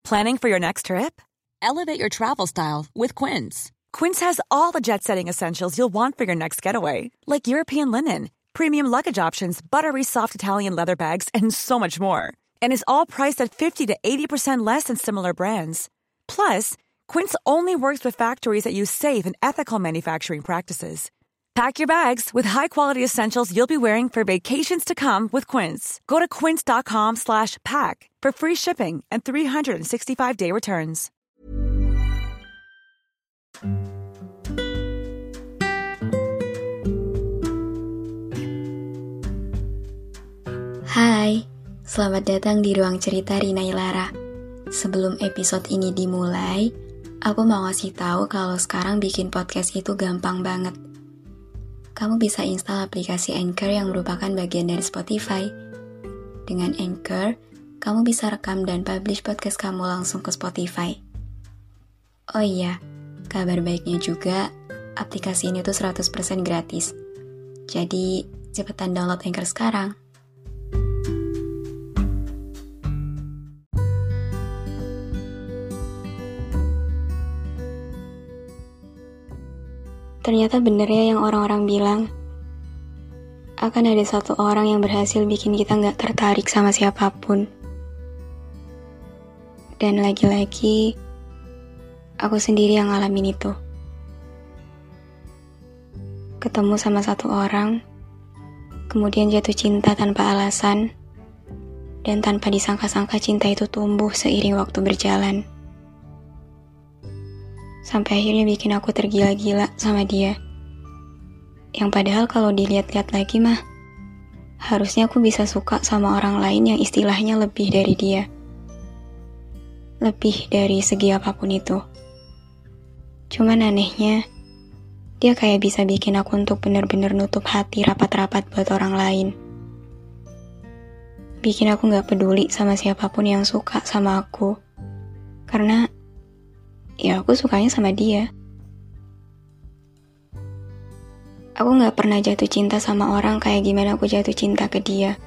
Planning for your next trip? Elevate your travel style with Quince. Quince has all the jet-setting essentials you'll want for your next getaway, like European linen, premium luggage options, buttery soft Italian leather bags, and so much more. And is all priced at 50 to 80% less than similar brands. Plus, Quince only works with factories that use safe and ethical manufacturing practices. Pack your bags with high-quality essentials you'll be wearing for vacations to come with Quince. Go to quince.com/pack for free shipping and 365-day returns. Hai, selamat datang di Ruang Cerita Rina Ilara. Sebelum episode ini dimulai, aku mau ngasih tahu kalau sekarang bikin podcast itu gampang banget. Kamu bisa install aplikasi Anchor yang merupakan bagian dari Spotify. Dengan Anchor, kamu bisa rekam dan publish podcast kamu langsung ke Spotify. Oh iya, kabar baiknya juga, aplikasi ini tuh 100% gratis. Jadi, cepetan download Anchor sekarang. Ternyata bener ya yang orang-orang bilang, akan ada satu orang yang berhasil bikin kita gak tertarik sama siapapun. Dan lagi-lagi, aku sendiri yang ngalamin itu. Ketemu sama satu orang, kemudian jatuh cinta tanpa alasan, dan tanpa disangka-sangka cinta itu tumbuh seiring waktu berjalan. Sampai akhirnya bikin aku tergila-gila sama dia. Yang padahal kalau dilihat-lihat lagi mah, harusnya aku bisa suka sama orang lain yang istilahnya lebih dari dia. Lebih dari segi apapun itu. Cuman anehnya, dia kayak bisa bikin aku untuk bener-bener nutup hati rapat-rapat buat orang lain. Bikin aku gak peduli sama siapapun yang suka sama aku. Karena ya aku sukanya sama dia. Aku gak pernah jatuh cinta sama orang kayak gimana aku jatuh cinta ke dia.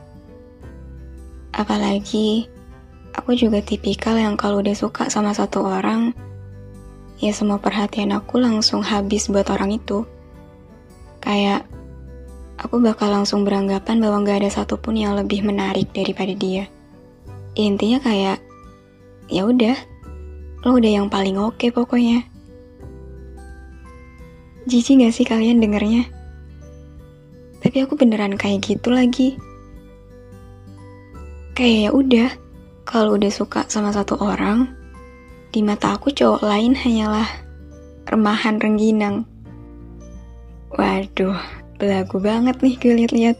Apalagi, aku juga tipikal yang kalau udah suka sama satu orang, ya semua perhatian aku langsung habis buat orang itu. Kayak, aku bakal langsung beranggapan bahwa gak ada satupun yang lebih menarik daripada dia. Intinya kayak, ya udah, lo udah yang paling oke pokoknya. Jijik gak sih kalian dengernya? Tapi aku beneran kayak gitu lagi. Kayak ya udah, kalau udah suka sama satu orang, di mata aku cowok lain hanyalah remahan rengginang. Waduh, belagu banget nih gue liat-liat.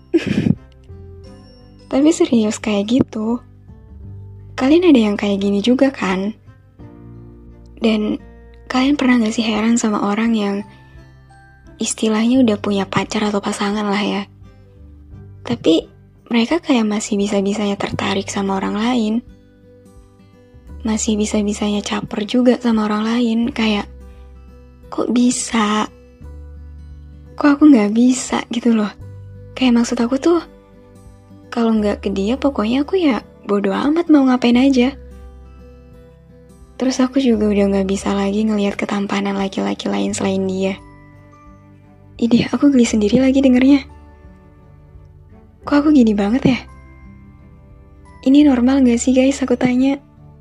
Tapi serius kayak gitu. Kalian ada yang kayak gini juga kan? Dan kalian pernah gak sih heran sama orang yang istilahnya udah punya pacar atau pasangan lah ya, tapi mereka kayak masih bisa-bisanya tertarik sama orang lain, masih bisa-bisanya caper juga sama orang lain. Kayak, kok bisa? Kok aku gak bisa gitu loh. Kayak maksud aku tuh, kalau gak ke dia pokoknya aku ya bodo amat mau ngapain aja. Terus aku juga udah gak bisa lagi ngelihat ketampanan laki-laki lain selain dia. Idih, aku geli sendiri lagi dengernya. Kok aku gini banget ya? Ini normal gak sih guys, aku tanya?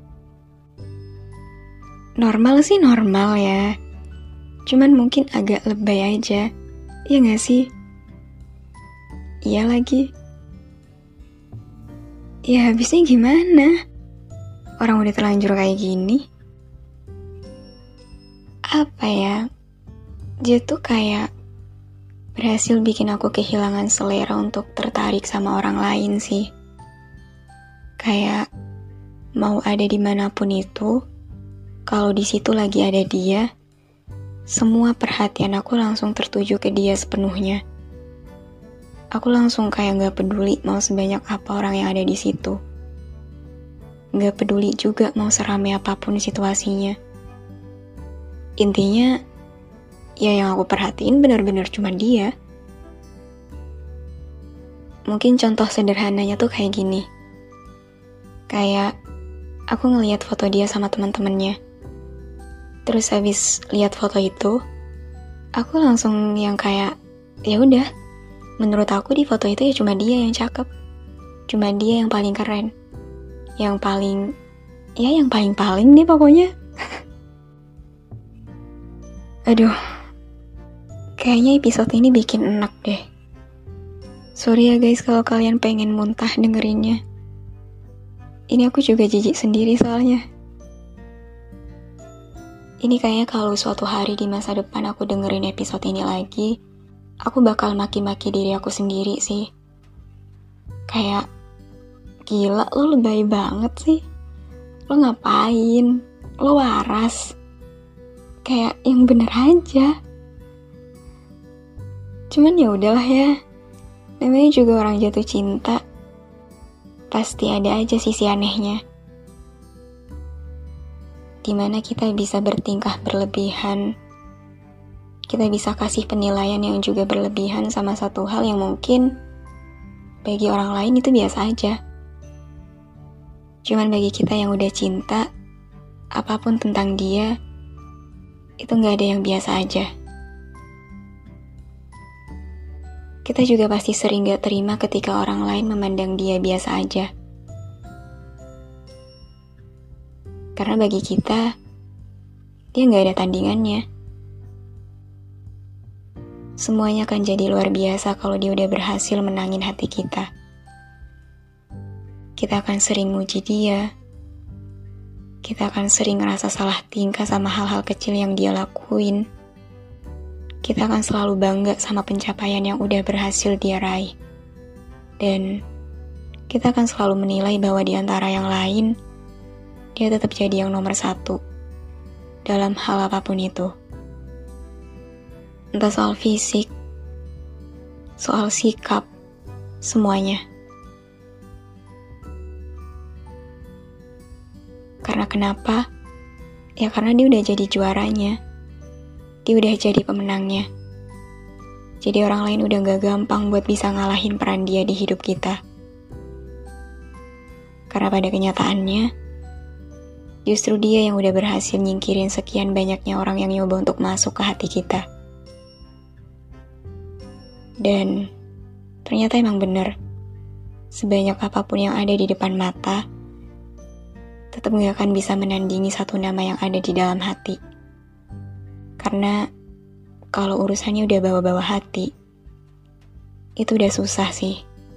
Normal sih normal ya. Cuman mungkin agak lebay aja. Iya gak sih? Iya lagi. Ya habisnya gimana? Orang udah terlanjur kayak gini. Apa ya? Dia tuh kayak berhasil bikin aku kehilangan selera untuk tertarik sama orang lain sih. Kayak mau ada dimanapun itu, kalau di situ lagi ada dia, semua perhatian aku langsung tertuju ke dia sepenuhnya. Aku langsung kayak gak peduli mau sebanyak apa orang yang ada di situ. Gak peduli juga mau seramai apapun situasinya. Intinya, ya yang aku perhatiin benar-benar cuma dia. Mungkin contoh sederhananya tuh kayak gini. Kayak, aku ngeliat foto dia sama teman-temannya. Terus habis lihat foto itu, aku langsung yang kayak, ya udah, menurut aku di foto itu ya cuma dia yang cakep, cuma dia yang paling keren, yang paling deh pokoknya. Aduh, kayaknya episode ini bikin enak deh. Sorry ya guys kalau kalian pengen muntah dengerinnya. Ini aku juga jijik sendiri soalnya. Ini kayaknya kalau suatu hari di masa depan aku dengerin episode ini lagi, aku bakal maki-maki diri aku sendiri sih. Kayak, gila lo lebay banget sih. Lo ngapain? Lo waras. Kayak yang bener aja. Cuman ya udahlah ya. Namanya juga orang jatuh cinta. Pasti ada aja sisi anehnya. Dimana kita bisa bertingkah berlebihan. Kita bisa kasih penilaian yang juga berlebihan sama satu hal yang mungkin bagi orang lain itu biasa aja. Cuman bagi kita yang udah cinta, apapun tentang dia, itu gak ada yang biasa aja. Kita juga pasti sering gak terima ketika orang lain memandang dia biasa aja. Karena bagi kita, dia gak ada tandingannya. Semuanya akan jadi luar biasa kalau dia udah berhasil menangin hati kita. Kita akan sering muji dia. Kita akan sering ngerasa salah tingkah sama hal-hal kecil yang dia lakuin. Kita akan selalu bangga sama pencapaian yang udah berhasil dia raih. Dan kita akan selalu menilai bahwa di antara yang lain, dia tetap jadi yang nomor satu dalam hal apapun itu. Entah soal fisik, soal sikap, semuanya. Karena kenapa? Ya karena dia udah jadi juaranya. Dia udah jadi pemenangnya. Jadi orang lain udah gak gampang buat bisa ngalahin peran dia di hidup kita. Karena pada kenyataannya, justru dia yang udah berhasil nyingkirin sekian banyaknya orang yang nyoba untuk masuk ke hati kita. Dan ternyata emang bener, sebanyak apapun yang ada di depan mata, tetap gak akan bisa menandingi satu nama yang ada di dalam hati. Karena kalau urusannya udah bawa-bawa hati, itu udah susah sih.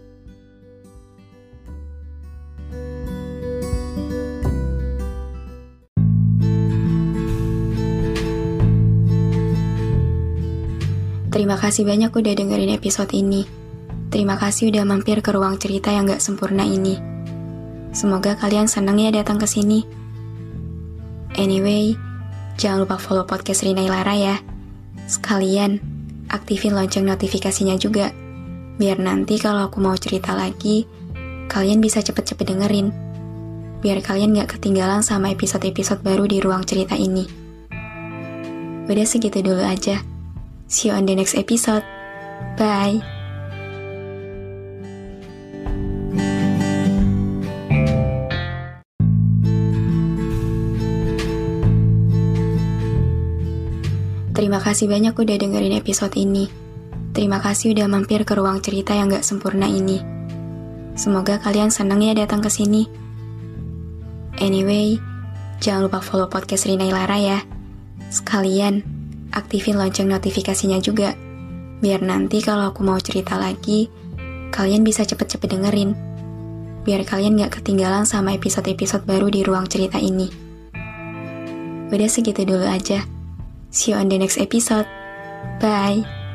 Terima kasih banyak udah dengerin episode ini. Terima kasih udah mampir ke ruang cerita yang gak sempurna ini. Semoga kalian seneng ya datang ke sini. Anyway, jangan lupa follow podcast Rina Ilara ya. Sekalian, aktifin lonceng notifikasinya juga. Biar nanti kalau aku mau cerita lagi, kalian bisa cepet-cepet dengerin. Biar kalian gak ketinggalan sama episode-episode baru di ruang cerita ini. Udah segitu dulu aja. See you on the next episode. Bye. Terima kasih banyak udah dengerin episode ini. Terima kasih udah mampir ke ruang cerita yang gak sempurna ini. Semoga kalian seneng ya datang ke sini. Anyway, jangan lupa follow podcast Rina Ilara ya. Sekalian, aktifin lonceng notifikasinya juga. Biar nanti kalau aku mau cerita lagi, kalian bisa cepet-cepet dengerin. Biar kalian gak ketinggalan sama episode-episode baru di ruang cerita ini. Udah segitu dulu aja. See you on the next episode. Bye.